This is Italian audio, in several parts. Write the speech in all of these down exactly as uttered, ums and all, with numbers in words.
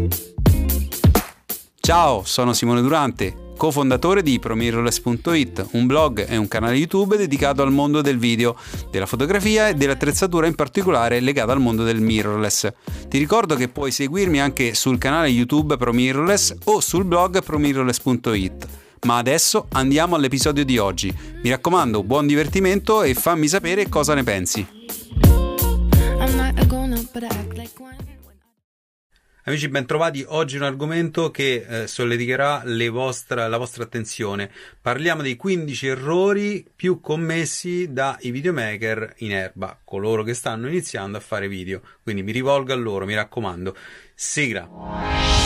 Ciao, sono Simone Durante, cofondatore di ProMirrorless punto it, un blog e un canale YouTube dedicato al mondo del video, della fotografia e dell'attrezzatura, in particolare legata al mondo del mirrorless. Ti ricordo che puoi seguirmi anche sul canale YouTube ProMirrorless o sul blog ProMirrorless punto it. Ma adesso andiamo all'episodio di oggi. Mi raccomando, buon divertimento e fammi sapere cosa ne pensi. Amici, bentrovati. Oggi un argomento che eh, solleticherà le vostra, la vostra attenzione. Parliamo dei quindici errori più commessi dai videomaker in erba, coloro che stanno iniziando a fare video. Quindi mi rivolgo a loro, mi raccomando. Sigla.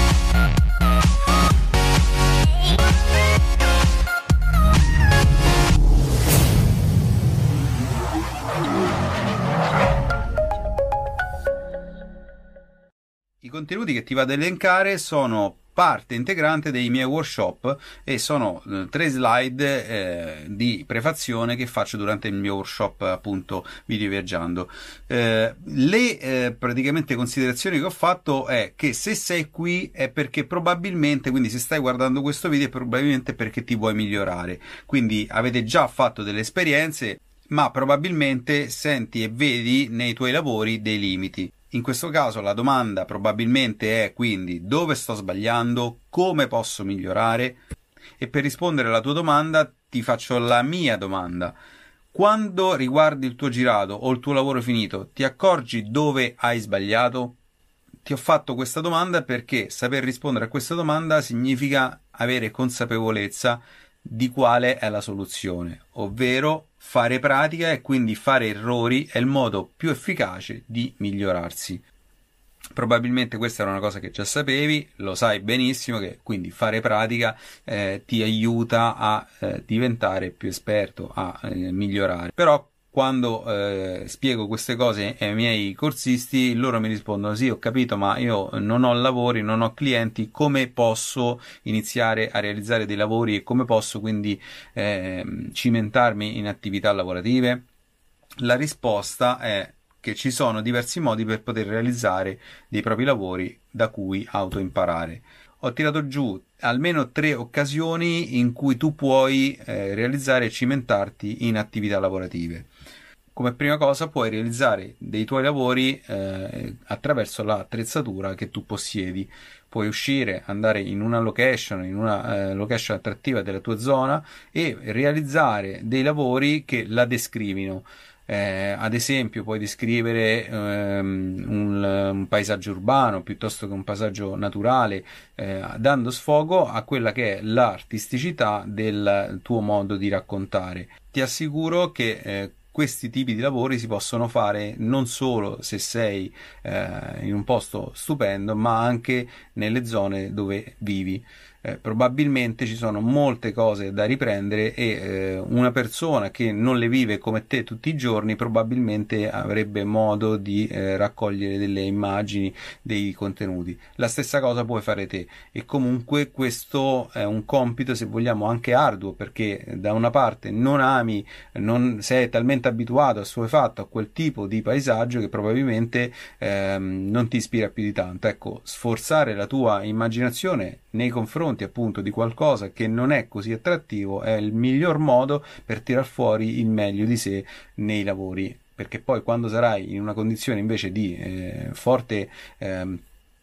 I contenuti che ti vado ad elencare sono parte integrante dei miei workshop e sono eh, tre slide eh, di prefazione che faccio durante il mio workshop, appunto, Video Viaggiando. Eh, le eh, praticamente considerazioni che ho fatto è che se sei qui è perché probabilmente, quindi se stai guardando questo video, è probabilmente perché ti vuoi migliorare, quindi avete già fatto delle esperienze, ma probabilmente senti e vedi nei tuoi lavori dei limiti. In questo caso la domanda probabilmente è quindi: dove sto sbagliando? Come posso migliorare? E per rispondere alla tua domanda ti faccio la mia domanda. Quando riguardi il tuo girato o il tuo lavoro finito, ti accorgi dove hai sbagliato? Ti ho fatto questa domanda perché saper rispondere a questa domanda significa avere consapevolezza di quale è la soluzione, ovvero fare pratica, e quindi fare errori è il modo più efficace di migliorarsi. Probabilmente questa era una cosa che già sapevi, lo sai benissimo che quindi fare pratica eh, ti aiuta a eh, diventare più esperto, a eh, migliorare. Però quando eh, spiego queste cose ai miei corsisti, loro mi rispondono: sì, ho capito, ma io non ho lavori, non ho clienti, come posso iniziare a realizzare dei lavori e come posso quindi eh, cimentarmi in attività lavorative? La risposta è che ci sono diversi modi per poter realizzare dei propri lavori da cui autoimparare. Ho tirato giù almeno tre occasioni in cui tu puoi eh, realizzare e cimentarti in attività lavorative. Come prima cosa puoi realizzare dei tuoi lavori eh, attraverso l'attrezzatura che tu possiedi. Puoi uscire, andare in una location, in una eh, location attrattiva della tua zona e realizzare dei lavori che la descrivino. Eh, ad esempio puoi descrivere ehm, un, un paesaggio urbano piuttosto che un paesaggio naturale, eh, dando sfogo a quella che è l'artisticità del tuo modo di raccontare. Ti assicuro che eh, questi tipi di lavori si possono fare non solo se sei eh, in un posto stupendo, ma anche nelle zone dove vivi. Eh, probabilmente ci sono molte cose da riprendere e eh, una persona che non le vive come te tutti i giorni probabilmente avrebbe modo di eh, raccogliere delle immagini, dei contenuti. La stessa cosa puoi fare te, e comunque questo è un compito, se vogliamo, anche arduo, perché da una parte non ami, non sei talmente abituato, assuefatto a quel tipo di paesaggio che probabilmente ehm, non ti ispira più di tanto. Ecco, sforzare la tua immaginazione nei confronti appunto di qualcosa che non è così attrattivo è il miglior modo per tirar fuori il meglio di sé nei lavori, perché poi quando sarai in una condizione invece di eh, forte eh,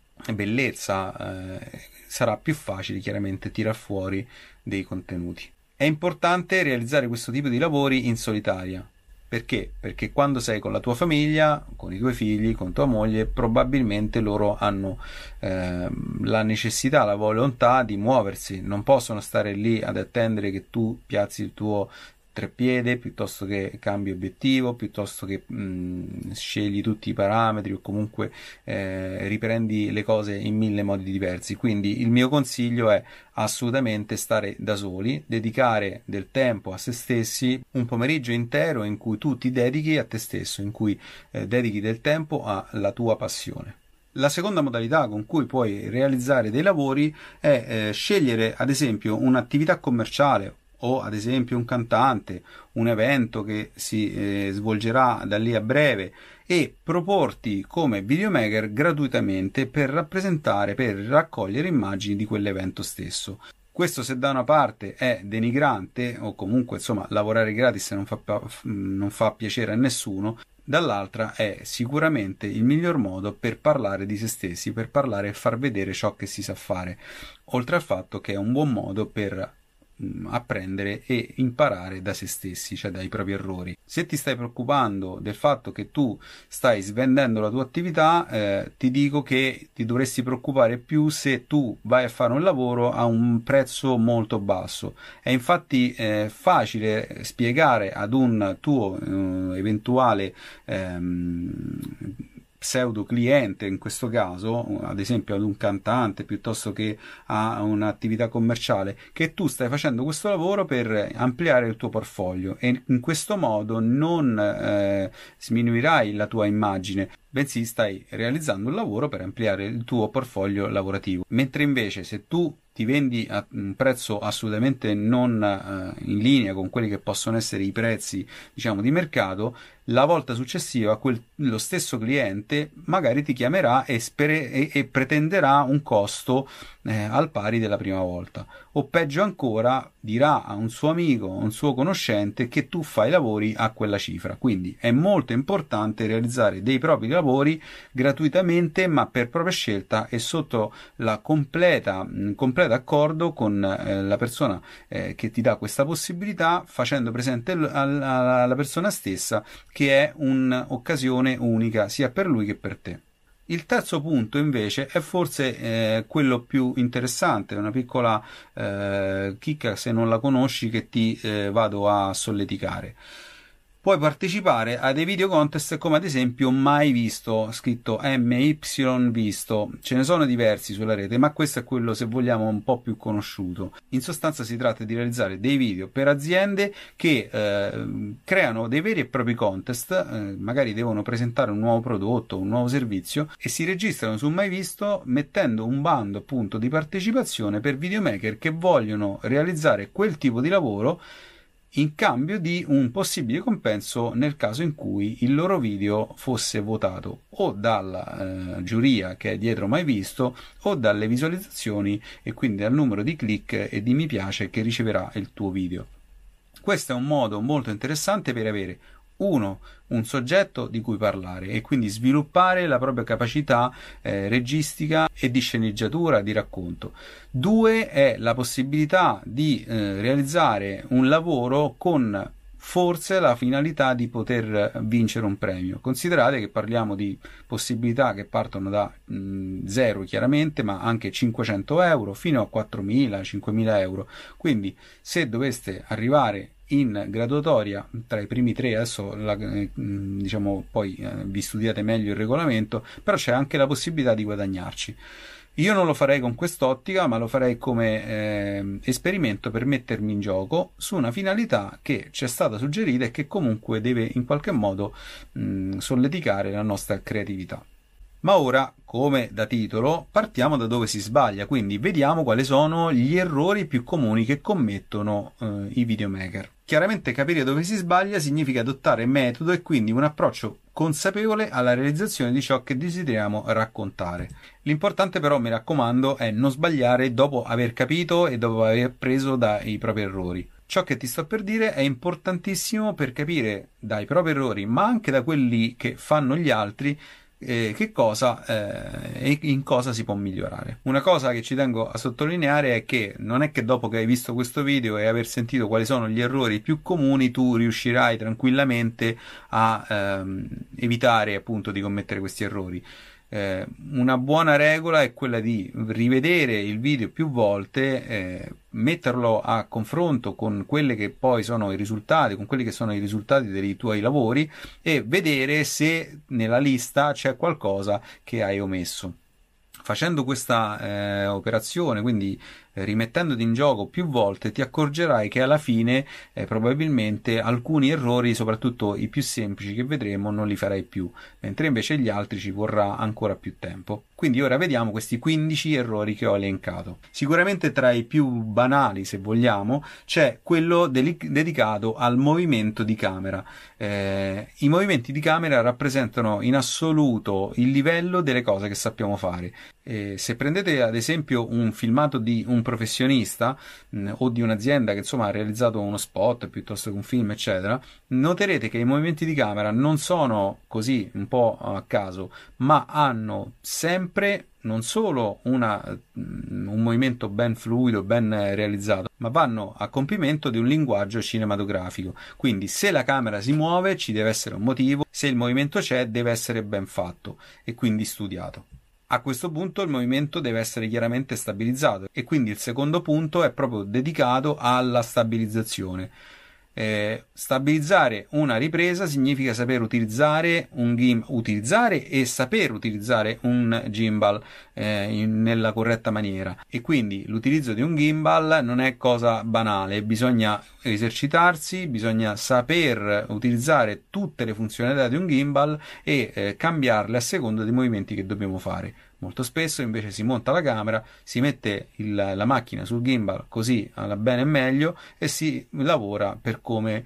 bellezza eh, sarà più facile chiaramente tirar fuori dei contenuti. È importante realizzare questo tipo di lavori in solitaria. Perché? Perché quando sei con la tua famiglia, con i tuoi figli, con tua moglie, probabilmente loro hanno eh, la necessità, la volontà di muoversi, non possono stare lì ad attendere che tu piazzi il tuo treppiede, piuttosto che cambi obiettivo, piuttosto che mh, scegli tutti i parametri o comunque eh, riprendi le cose in mille modi diversi. Quindi il mio consiglio è assolutamente stare da soli, dedicare del tempo a se stessi, un pomeriggio intero in cui tu ti dedichi a te stesso, in cui eh, dedichi del tempo alla tua passione. La seconda modalità con cui puoi realizzare dei lavori è eh, scegliere ad esempio un'attività commerciale o ad esempio un cantante, un evento che si eh, svolgerà da lì a breve, e proporti come videomaker gratuitamente per rappresentare, per raccogliere immagini di quell'evento stesso. Questo, se da una parte è denigrante, o comunque insomma lavorare gratis non fa, non fa piacere a nessuno, dall'altra è sicuramente il miglior modo per parlare di se stessi, per parlare e far vedere ciò che si sa fare, oltre al fatto che è un buon modo per apprendere e imparare da se stessi, cioè dai propri errori. Se ti stai preoccupando del fatto che tu stai svendendo la tua attività, eh, ti dico che ti dovresti preoccupare più se tu vai a fare un lavoro a un prezzo molto basso. È infatti eh, facile spiegare ad un tuo eh, eventuale ehm, pseudo cliente, in questo caso ad esempio ad un cantante piuttosto che a un'attività commerciale, che tu stai facendo questo lavoro per ampliare il tuo portfolio e in questo modo non eh, sminuirai la tua immagine, bensì stai realizzando un lavoro per ampliare il tuo portfolio lavorativo. Mentre invece se tu ti vendi a un prezzo assolutamente non eh, in linea con quelli che possono essere i prezzi, diciamo, di mercato, la volta successiva quel, lo stesso cliente magari ti chiamerà e, spere, e, e pretenderà un costo eh, al pari della prima volta, o peggio ancora dirà a un suo amico, a un suo conoscente che tu fai lavori a quella cifra. Quindi è molto importante realizzare dei propri lavori gratuitamente, ma per propria scelta e sotto la completa, completa d'accordo con eh, la persona eh, che ti dà questa possibilità, facendo presente l- alla, alla persona stessa che è un'occasione unica sia per lui che per te. Il terzo punto invece è forse eh, quello più interessante, una piccola eh, chicca, se non la conosci, che ti eh, vado a solleticare. Puoi partecipare a dei video contest come ad esempio Mai Visto, scritto M Y Visto. Ce ne sono diversi sulla rete, ma questo è quello, se vogliamo, un po' più conosciuto. In sostanza si tratta di realizzare dei video per aziende che eh, creano dei veri e propri contest, eh, magari devono presentare un nuovo prodotto, un nuovo servizio, e si registrano su Mai Visto mettendo un bando appunto di partecipazione per videomaker che vogliono realizzare quel tipo di lavoro in cambio di un possibile compenso nel caso in cui il loro video fosse votato o dalla eh, giuria che è dietro Mai Visto o dalle visualizzazioni e quindi dal numero di click e di mi piace che riceverà il tuo video. Questo è un modo molto interessante per avere uno, un soggetto di cui parlare e quindi sviluppare la propria capacità eh, registica e di sceneggiatura, di racconto. Due, è la possibilità di eh, realizzare un lavoro con forse la finalità di poter vincere un premio. Considerate che parliamo di possibilità che partono da mh, zero chiaramente, ma anche cinquecento euro fino a quattromila, cinquemila euro. Quindi se doveste arrivare in graduatoria tra i primi tre, adesso la, eh, diciamo poi eh, vi studiate meglio il regolamento, però c'è anche la possibilità di guadagnarci. Io non lo farei con quest'ottica, ma lo farei come eh, esperimento per mettermi in gioco su una finalità che ci è stata suggerita e che comunque deve in qualche modo mh, solleticare la nostra creatività. Ma ora, come da titolo, partiamo da dove si sbaglia, quindi vediamo quali sono gli errori più comuni che commettono eh, i videomaker. Chiaramente capire dove si sbaglia significa adottare metodo e quindi un approccio consapevole alla realizzazione di ciò che desideriamo raccontare. L'importante però, mi raccomando, è non sbagliare dopo aver capito e dopo aver appreso dai propri errori. Ciò che ti sto per dire è importantissimo per capire dai propri errori, ma anche da quelli che fanno gli altri, Eh, che cosa eh, e in cosa si può migliorare. Una cosa che ci tengo a sottolineare è che non è che dopo che hai visto questo video e aver sentito quali sono gli errori più comuni tu riuscirai tranquillamente a ehm, evitare appunto di commettere questi errori. Eh, una buona regola è quella di rivedere il video più volte, eh, metterlo a confronto con quelle che poi sono i risultati, con quelli che sono i risultati dei tuoi lavori e vedere se nella lista c'è qualcosa che hai omesso. Facendo questa eh, operazione, quindi eh, rimettendoti in gioco più volte ti accorgerai che alla fine eh, probabilmente alcuni errori, soprattutto i più semplici che vedremo, non li farai più, mentre invece gli altri ci vorrà ancora più tempo. Quindi ora vediamo questi quindici errori che ho elencato. Sicuramente tra i più banali, se vogliamo, c'è quello dedicato al movimento di camera. Eh, i movimenti di camera rappresentano in assoluto il livello delle cose che sappiamo fare. Eh, se prendete ad esempio un filmato di un professionista mh, o di un'azienda che insomma ha realizzato uno spot piuttosto che un film, eccetera, noterete che i movimenti di camera non sono così un po' a caso, ma hanno sempre non solo una, un movimento ben fluido, ben realizzato, ma vanno a compimento di un linguaggio cinematografico. Quindi se la camera si muove ci deve essere un motivo, se il movimento c'è deve essere ben fatto e quindi studiato. A questo punto il movimento deve essere chiaramente stabilizzato e quindi il secondo punto è proprio dedicato alla stabilizzazione. Eh, stabilizzare una ripresa significa saper utilizzare un gimbal, utilizzare e saper utilizzare un gimbal eh, in, nella corretta maniera, e quindi l'utilizzo di un gimbal non è cosa banale, bisogna esercitarsi, bisogna saper utilizzare tutte le funzionalità di un gimbal e eh, cambiarle a seconda dei movimenti che dobbiamo fare. Molto spesso invece si monta la camera, si mette il, la macchina sul gimbal così alla bene e meglio e si lavora per come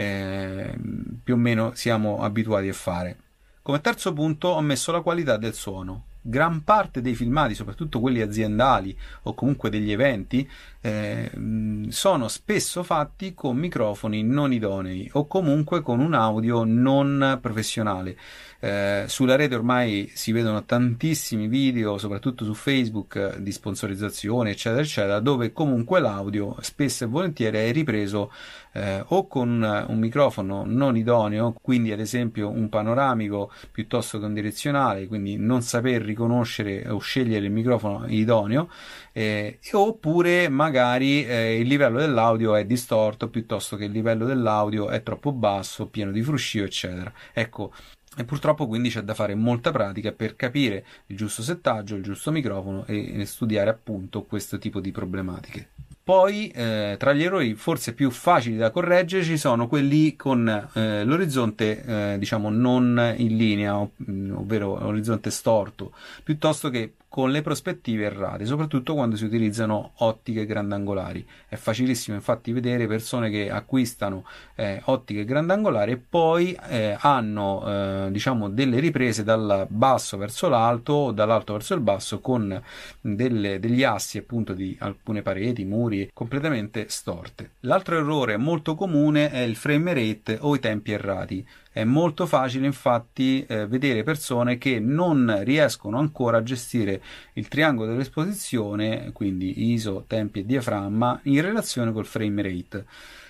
eh, più o meno siamo abituati a fare. Come terzo punto ho messo la qualità del suono. Gran parte dei filmati, soprattutto quelli aziendali o comunque degli eventi, eh, sono spesso fatti con microfoni non idonei o comunque con un audio non professionale. Eh, sulla rete ormai si vedono tantissimi video, soprattutto su Facebook, di sponsorizzazione eccetera eccetera, dove comunque l'audio spesso e volentieri è ripreso eh, o con un microfono non idoneo, quindi ad esempio un panoramico piuttosto che un direzionale, quindi non saper riconoscere o scegliere il microfono idoneo, eh, oppure magari eh, il livello dell'audio è distorto piuttosto che il livello dell'audio è troppo basso, pieno di fruscio eccetera. Ecco, e purtroppo quindi c'è da fare molta pratica per capire il giusto settaggio, il giusto microfono e studiare appunto questo tipo di problematiche. Poi eh, tra gli errori forse più facili da correggere ci sono quelli con eh, l'orizzonte eh, diciamo non in linea, ov- ovvero l'orizzonte storto, piuttosto che con le prospettive errate, soprattutto quando si utilizzano ottiche grandangolari. È facilissimo infatti vedere persone che acquistano eh, ottiche grandangolari e poi eh, hanno eh, diciamo delle riprese dal basso verso l'alto o dall'alto verso il basso con delle, degli assi appunto di alcune pareti, muri completamente storte. L'altro errore molto comune è il frame rate o i tempi errati. È molto facile infatti eh, vedere persone che non riescono ancora a gestire il triangolo dell'esposizione, quindi I S O, tempi e diaframma, in relazione col frame rate.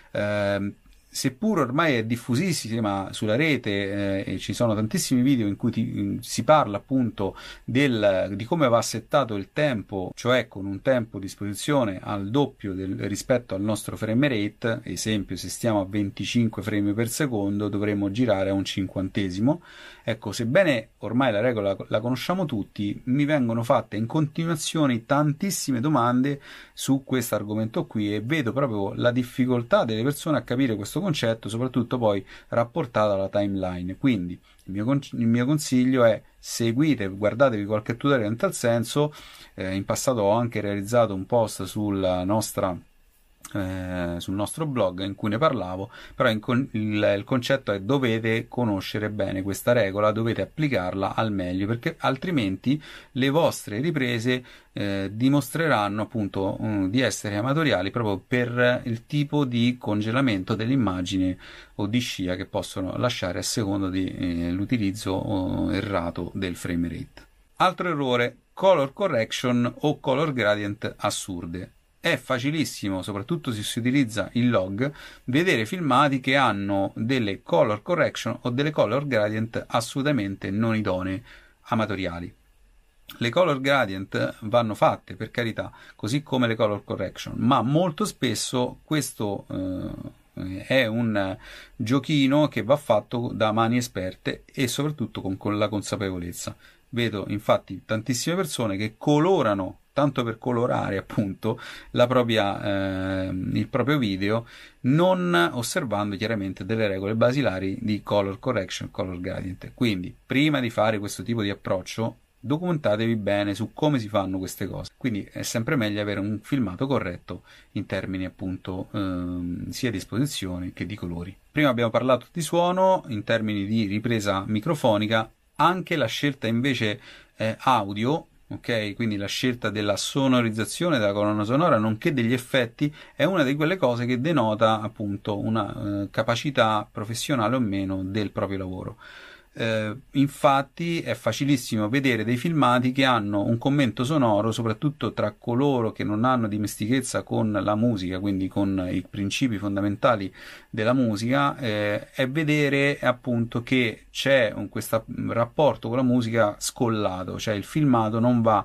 Eh, seppur ormai è diffusissima sulla rete eh, e ci sono tantissimi video in cui ti, si parla appunto del, di come va settato il tempo, cioè con un tempo di esposizione al doppio del, rispetto al nostro frame rate, esempio se stiamo a venticinque frame per secondo dovremmo girare a un cinquantesimo. Ecco, sebbene ormai la regola la conosciamo tutti, mi vengono fatte in continuazione tantissime domande su questo argomento qui e vedo proprio la difficoltà delle persone a capire questo concetto, soprattutto poi rapportato alla timeline. Quindi il mio, con- il mio consiglio è: seguite, guardatevi qualche tutorial in tal senso. Eh, in passato ho anche realizzato un post sulla nostra Eh, sul nostro blog in cui ne parlavo, però in con- il, il concetto è: dovete conoscere bene questa regola, dovete applicarla al meglio, perché altrimenti le vostre riprese eh, dimostreranno appunto um, di essere amatoriali proprio per il tipo di congelamento dell'immagine o di scia che possono lasciare a seconda dell'utilizzo eh, errato del frame rate. Altro errore: color correction o color gradient assurde. È facilissimo, soprattutto se si utilizza il log, vedere filmati che hanno delle color correction o delle color gradient assolutamente non idonee, amatoriali. Le color gradient vanno fatte, per carità, così come le color correction, ma molto spesso questo eh, è un giochino che va fatto da mani esperte e soprattutto con, con la consapevolezza. Vedo infatti tantissime persone che colorano tanto per colorare appunto la propria, eh, il proprio video, non osservando chiaramente delle regole basilari di color correction, color gradient. Quindi prima di fare questo tipo di approccio documentatevi bene su come si fanno queste cose. Quindi è sempre meglio avere un filmato corretto in termini appunto ehm, sia di esposizione che di colori. Prima abbiamo parlato di suono in termini di ripresa microfonica, anche la scelta invece eh, audio, ok? Quindi la scelta della sonorizzazione della colonna sonora nonché degli effetti è una di quelle cose che denota appunto una eh, capacità professionale o meno del proprio lavoro. Eh, infatti è facilissimo vedere dei filmati che hanno un commento sonoro, soprattutto tra coloro che non hanno dimestichezza con la musica, quindi con i principi fondamentali della musica, eh, è vedere appunto che c'è un, questo rapporto con la musica scollato, cioè il filmato non va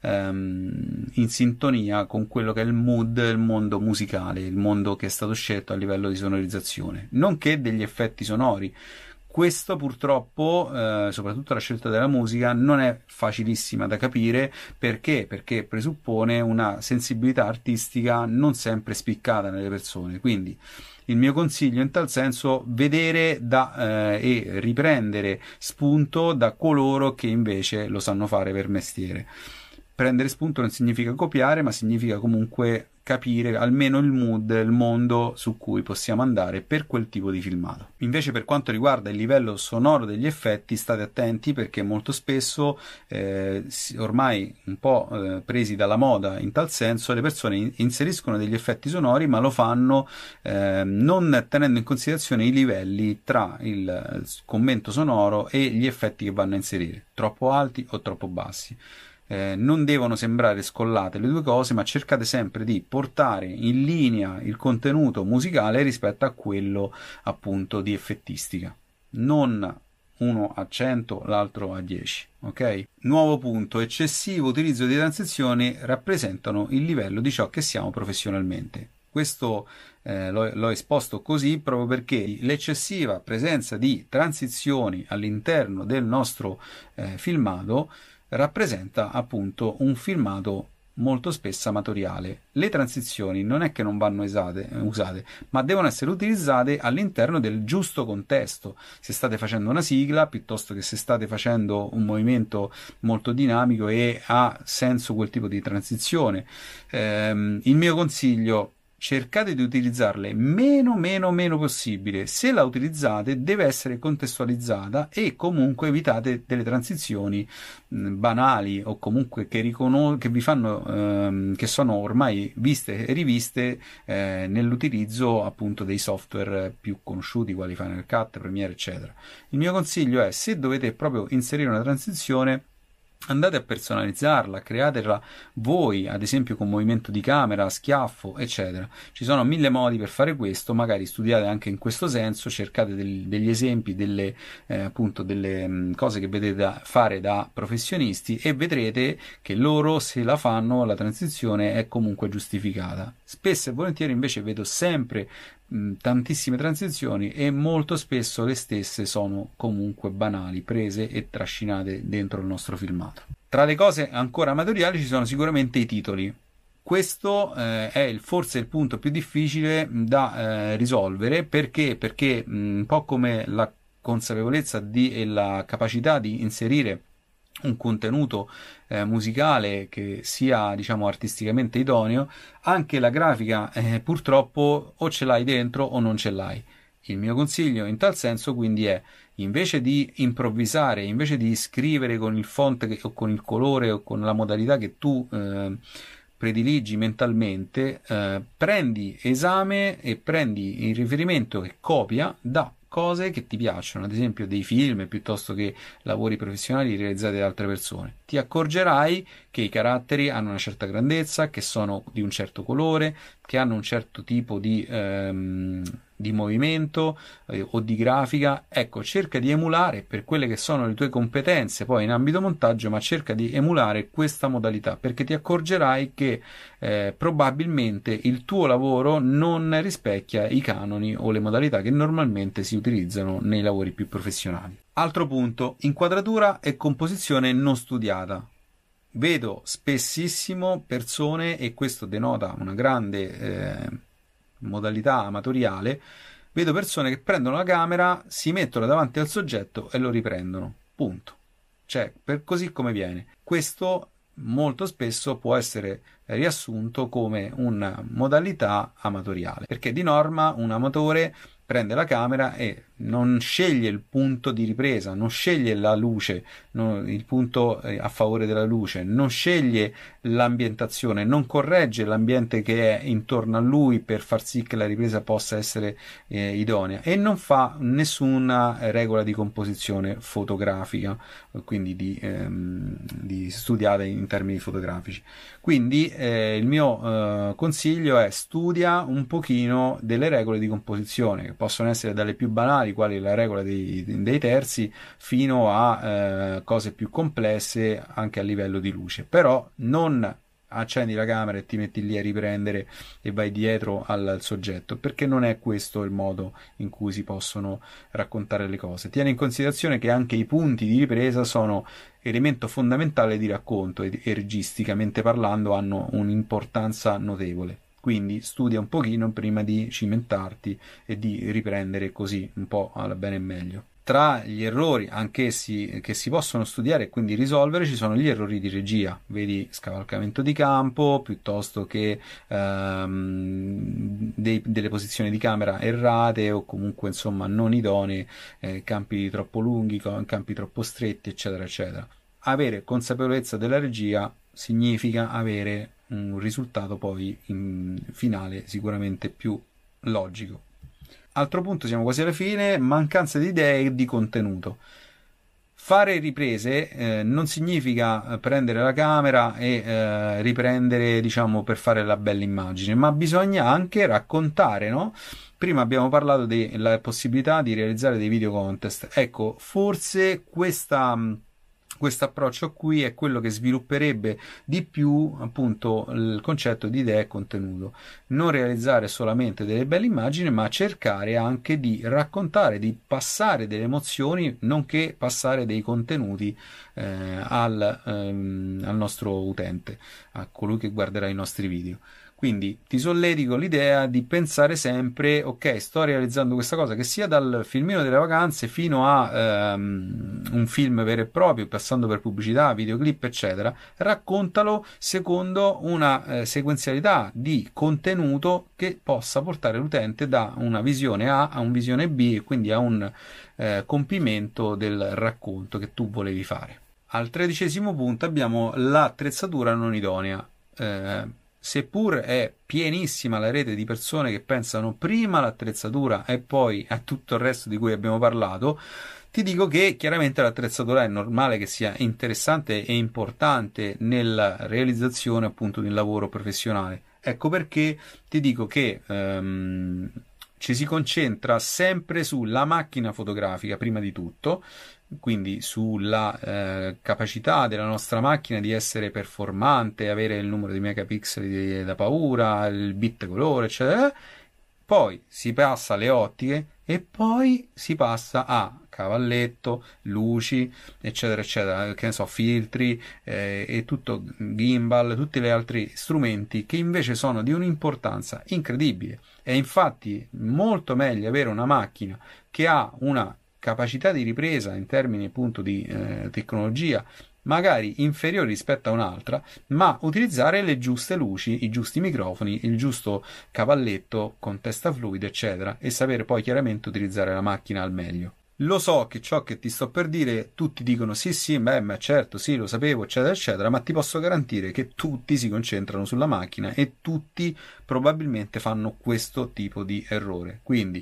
ehm, in sintonia con quello che è il mood, il mondo musicale, il mondo che è stato scelto a livello di sonorizzazione, nonché degli effetti sonori. Questo purtroppo, eh, soprattutto la scelta della musica, non è facilissima da capire. Perché? Perché presuppone una sensibilità artistica non sempre spiccata nelle persone. Quindi il mio consiglio in tal senso, vedere da, eh, e riprendere spunto da coloro che invece lo sanno fare per mestiere. Prendere spunto non significa copiare, ma significa comunque capire almeno il mood, il mondo su cui possiamo andare per quel tipo di filmato. Invece per quanto riguarda il livello sonoro degli effetti, state attenti, perché molto spesso eh, ormai un po' eh, presi dalla moda in tal senso, le persone inseriscono degli effetti sonori, ma lo fanno eh, non tenendo in considerazione i livelli tra il commento sonoro e gli effetti che vanno a inserire, troppo alti o troppo bassi. Eh, non devono sembrare scollate le due cose, ma cercate sempre di portare in linea il contenuto musicale rispetto a quello appunto di effettistica, non uno a cento, l'altro a dieci. Ok? Nuovo punto: eccessivo utilizzo di transizioni rappresentano il livello di ciò che siamo professionalmente. Questo eh, l'ho, l'ho esposto così proprio perché l'eccessiva presenza di transizioni all'interno del nostro eh, filmato rappresenta appunto un filmato molto spesso amatoriale. Le transizioni non è che non vanno usate, usate, ma devono essere utilizzate all'interno del giusto contesto. Se state facendo una sigla, piuttosto che se state facendo un movimento molto dinamico e ha senso quel tipo di transizione. Ehm, il mio consiglio: cercate di utilizzarle meno meno meno possibile. Se la utilizzate deve essere contestualizzata, e comunque evitate delle transizioni mh, banali o comunque che, riconos- che vi fanno ehm, che sono ormai viste e riviste eh, nell'utilizzo appunto dei software più conosciuti quali Final Cut, Premiere eccetera. Il mio consiglio è: se dovete proprio inserire una transizione, andate a personalizzarla, createla voi, ad esempio con movimento di camera, schiaffo, eccetera. Ci sono mille modi per fare questo, magari studiate anche in questo senso, cercate del, degli esempi, delle, eh, appunto, delle mh, cose che vedete da, fare da professionisti, e vedrete che loro, se la fanno, la transizione è comunque giustificata. Spesso e volentieri invece vedo sempre mh, tantissime transizioni, e molto spesso le stesse sono comunque banali, prese e trascinate dentro il nostro filmato. Tra le cose ancora amatoriali ci sono sicuramente i titoli. Questo eh, è il, forse il punto più difficile da eh, risolvere. Perché? Perché mh, un po' come la consapevolezza di, e la capacità di inserire un contenuto eh, musicale che sia, diciamo, artisticamente idoneo, anche la grafica eh, purtroppo o ce l'hai dentro o non ce l'hai. Il mio consiglio in tal senso quindi è: invece di improvvisare, invece di scrivere con il font che, o con il colore o con la modalità che tu eh, prediligi mentalmente, eh, prendi esame e prendi il riferimento e copia da cose che ti piacciono, ad esempio dei film piuttosto che lavori professionali realizzati da altre persone. Ti accorgerai che i caratteri hanno una certa grandezza, che sono di un certo colore, che hanno un certo tipo di, ehm, di movimento eh, o di grafica. Ecco, cerca di emulare, per quelle che sono le tue competenze poi in ambito montaggio, ma cerca di emulare questa modalità, perché ti accorgerai che eh, probabilmente il tuo lavoro non rispecchia i canoni o le modalità che normalmente si utilizzano nei lavori più professionali. Altro punto: inquadratura e composizione non studiata. vedo spessissimo persone, e questo denota una grande eh, modalità amatoriale, vedo persone che prendono la camera, si mettono davanti al soggetto e lo riprendono, punto. Cioè, per così come viene. Questo molto spesso può essere riassunto come una modalità amatoriale, perché di norma un amatore prende la camera e non sceglie il punto di ripresa, non sceglie la luce, no, il punto a favore della luce, non sceglie l'ambientazione, non corregge l'ambiente che è intorno a lui per far sì che la ripresa possa essere eh, idonea, e non fa nessuna regola di composizione fotografica, quindi di, ehm, di studiata in termini fotografici. Quindi eh, il mio eh, consiglio è: studia un pochino delle regole di composizione, che possono essere dalle più banali, quali la regola dei, dei terzi, fino a eh, cose più complesse anche a livello di luce. Però non accendi la camera e ti metti lì a riprendere e vai dietro al, al soggetto, perché non è questo il modo in cui si possono raccontare le cose. Tieni in considerazione che anche i punti di ripresa sono elemento fondamentale di racconto e, e registicamente parlando hanno un'importanza notevole. Quindi studia un pochino prima di cimentarti e di riprendere così un po' alla bene e meglio. Tra gli errori anch'essi che si possono studiare e quindi risolvere ci sono gli errori di regia, vedi scavalcamento di campo piuttosto che ehm, dei, delle posizioni di camera errate o comunque insomma non idonee, eh, campi troppo lunghi, campi troppo stretti, eccetera eccetera. Avere consapevolezza della regia significa avere un risultato poi in finale sicuramente più logico. Altro punto, siamo quasi alla fine: mancanza di idee e di contenuto. Fare riprese eh, non significa prendere la camera e eh, riprendere, diciamo, per fare la bella immagine, ma bisogna anche raccontare, no? Prima abbiamo parlato della possibilità di realizzare dei video contest. Ecco, forse questa questo approccio qui è quello che svilupperebbe di più appunto il concetto di idea e contenuto. Non realizzare solamente delle belle immagini, ma cercare anche di raccontare, di passare delle emozioni, nonché passare dei contenuti eh, al, ehm, al nostro utente, a colui che guarderà i nostri video. Quindi ti solletico l'idea di pensare sempre: ok, sto realizzando questa cosa, che sia dal filmino delle vacanze fino a um, un film vero e proprio, passando per pubblicità, videoclip, eccetera. Raccontalo secondo una eh, sequenzialità di contenuto che possa portare l'utente da una visione A a una visione B, e quindi a un eh, compimento del racconto che tu volevi fare. Al tredicesimo punto abbiamo l'attrezzatura non idonea. Eh, Seppur è pienissima la rete di persone che pensano prima all'attrezzatura e poi a tutto il resto di cui abbiamo parlato, ti dico che chiaramente l'attrezzatura è normale che sia interessante e importante nella realizzazione appunto di un lavoro professionale. Ecco perché ti dico che ehm, ci si concentra sempre sulla macchina fotografica prima di tutto, quindi sulla eh, capacità della nostra macchina di essere performante, avere il numero di megapixel da paura, il bit colore, eccetera. Poi si passa alle ottiche e poi si passa a cavalletto, luci, eccetera eccetera, che ne so, filtri eh, e tutto, gimbal, tutti gli altri strumenti che invece sono di un'importanza incredibile. È infatti molto meglio avere una macchina che ha una capacità di ripresa in termini appunto di eh, tecnologia magari inferiore rispetto a un'altra, ma utilizzare le giuste luci, i giusti microfoni, il giusto cavalletto con testa fluida, eccetera, e sapere poi chiaramente utilizzare la macchina al meglio. Lo so che ciò che ti sto per dire tutti dicono sì sì, beh, ma certo, sì, lo sapevo, eccetera eccetera, ma ti posso garantire che tutti si concentrano sulla macchina e tutti probabilmente fanno questo tipo di errore. Quindi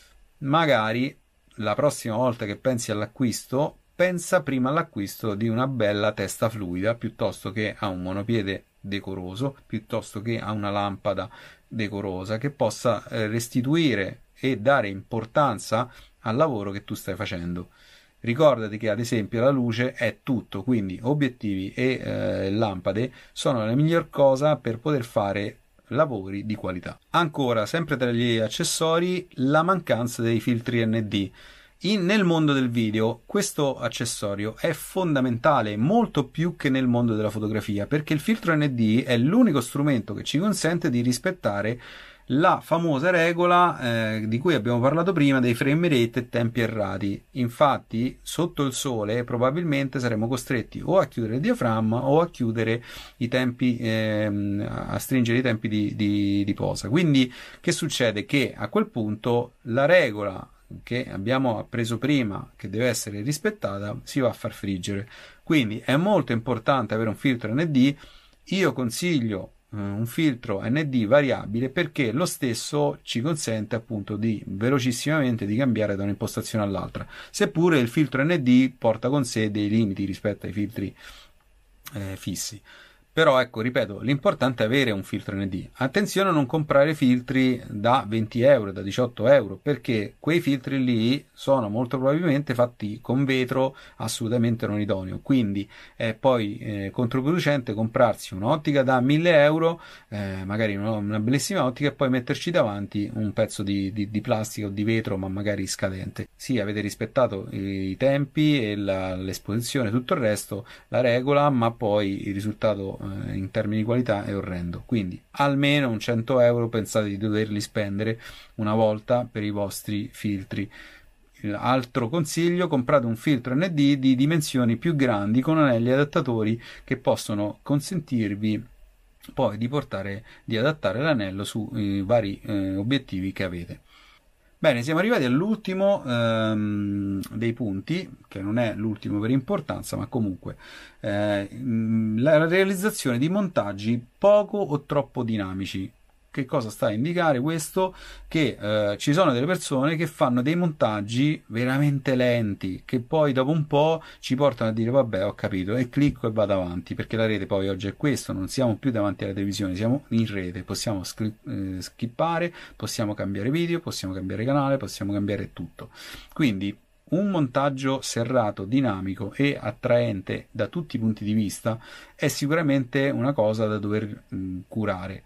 magari la prossima volta che pensi all'acquisto, pensa prima all'acquisto di una bella testa fluida piuttosto che a un monopiede decoroso, piuttosto che a una lampada decorosa che possa restituire e dare importanza al lavoro che tu stai facendo. Ricordati che ad esempio la luce è tutto, quindi obiettivi e eh, lampade sono la miglior cosa per poter fare lavori di qualità. Ancora, sempre tra gli accessori, la mancanza dei filtri N D. In, nel mondo del video questo accessorio è fondamentale, molto più che nel mondo della fotografia, perché il filtro N D è l'unico strumento che ci consente di rispettare la famosa regola eh, di cui abbiamo parlato prima dei frame rate e tempi errati. Infatti sotto il sole probabilmente saremo costretti o a chiudere il diaframma o a chiudere i tempi, ehm, a stringere i tempi di, di, di posa. Quindi che succede? Che a quel punto la regola che abbiamo appreso prima, che deve essere rispettata, si va a far friggere. Quindi è molto importante avere un filtro N D. Io consiglio uh, un filtro N D variabile, perché lo stesso ci consente appunto di velocissimamente di cambiare da un'impostazione all'altra, seppure il filtro N D porta con sé dei limiti rispetto ai filtri eh, fissi. Però ecco, ripeto, l'importante è avere un filtro N D. Attenzione a non comprare filtri da venti euro, da diciotto euro, perché quei filtri lì sono molto probabilmente fatti con vetro assolutamente non idoneo. Quindi è poi eh, controproducente comprarsi un'ottica da mille euro, eh, magari una, una bellissima ottica, e poi metterci davanti un pezzo di, di, di plastica o di vetro, ma magari scadente. Sì, avete rispettato i, i tempi e la, l'esposizione, tutto il resto, la regola, ma poi il risultato in termini di qualità è orrendo. Quindi almeno un cento euro pensate di doverli spendere una volta per i vostri filtri. Altro consiglio: comprate un filtro N D di dimensioni più grandi con anelli adattatori che possono consentirvi poi di portare di adattare l'anello sui vari eh, obiettivi che avete. Bene, siamo arrivati all'ultimo ehm, dei punti, che non è l'ultimo per importanza, ma comunque eh, la realizzazione di montaggi poco o troppo dinamici. Che cosa sta a indicare questo? Che eh, ci sono delle persone che fanno dei montaggi veramente lenti, che poi dopo un po' ci portano a dire vabbè, ho capito, e clicco e vado avanti, perché la rete poi oggi è questo, non siamo più davanti alla televisione, siamo in rete, possiamo eh, skippare, possiamo cambiare video, possiamo cambiare canale, possiamo cambiare tutto. Quindi un montaggio serrato, dinamico e attraente da tutti i punti di vista è sicuramente una cosa da dover mh, curare.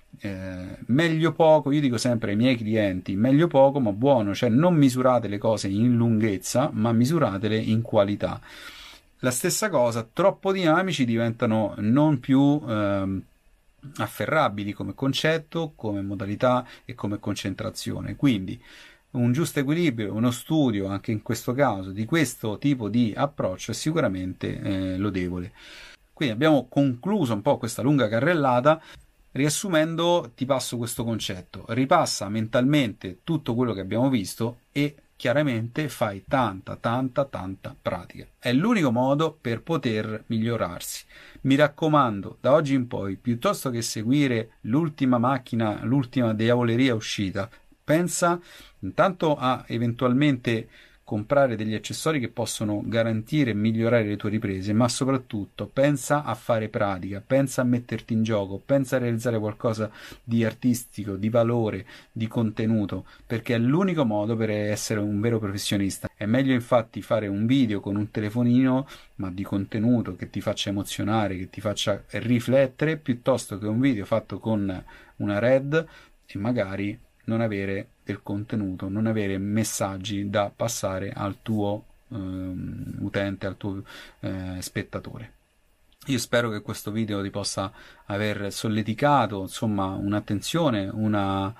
Eh, meglio poco, io dico sempre ai miei clienti, meglio poco ma buono, cioè non misurate le cose in lunghezza ma misuratele in qualità. La stessa cosa, troppo dinamici diventano non più ehm, afferrabili come concetto, come modalità e come concentrazione. Quindi un giusto equilibrio, uno studio anche in questo caso di questo tipo di approccio è sicuramente eh, lodevole. Quindi abbiamo concluso un po' questa lunga carrellata. Riassumendo, ti passo questo concetto: ripassa mentalmente tutto quello che abbiamo visto e chiaramente fai tanta tanta tanta pratica. È l'unico modo per poter migliorarsi. Mi raccomando, da oggi in poi, piuttosto che seguire l'ultima macchina, l'ultima diavoleria uscita, pensa intanto a eventualmente comprare degli accessori che possono garantire e migliorare le tue riprese, ma soprattutto pensa a fare pratica, pensa a metterti in gioco, pensa a realizzare qualcosa di artistico, di valore, di contenuto, perché è l'unico modo per essere un vero professionista. È meglio infatti fare un video con un telefonino, ma di contenuto che ti faccia emozionare, che ti faccia riflettere, piuttosto che un video fatto con una RED e magari non avere del contenuto, non avere messaggi da passare al tuo ehm, utente, al tuo eh, spettatore. Io spero che questo video ti possa aver solleticato insomma un'attenzione, una,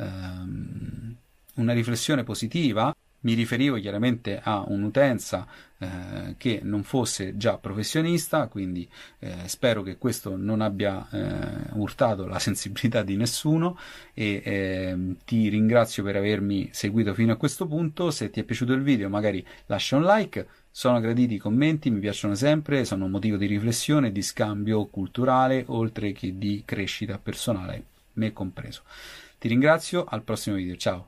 ehm, una riflessione positiva. Mi riferivo chiaramente a un'utenza eh, che non fosse già professionista, quindi eh, spero che questo non abbia eh, urtato la sensibilità di nessuno e eh, ti ringrazio per avermi seguito fino a questo punto. Se ti è piaciuto il video magari lascia un like, sono graditi i commenti, mi piacciono sempre, sono un motivo di riflessione, di scambio culturale, oltre che di crescita personale, me compreso. Ti ringrazio, al prossimo video, ciao!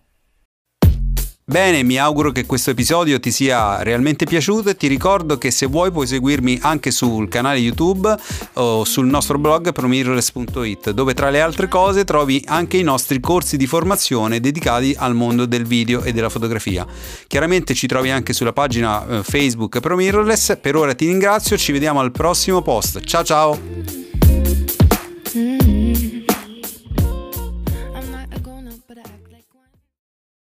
Bene, mi auguro che questo episodio ti sia realmente piaciuto e ti ricordo che se vuoi puoi seguirmi anche sul canale YouTube o sul nostro blog promirrorless punto it, dove tra le altre cose trovi anche i nostri corsi di formazione dedicati al mondo del video e della fotografia. Chiaramente ci trovi anche sulla pagina eh, Facebook ProMirrorless. Per ora ti ringrazio, ci vediamo al prossimo post. Ciao ciao!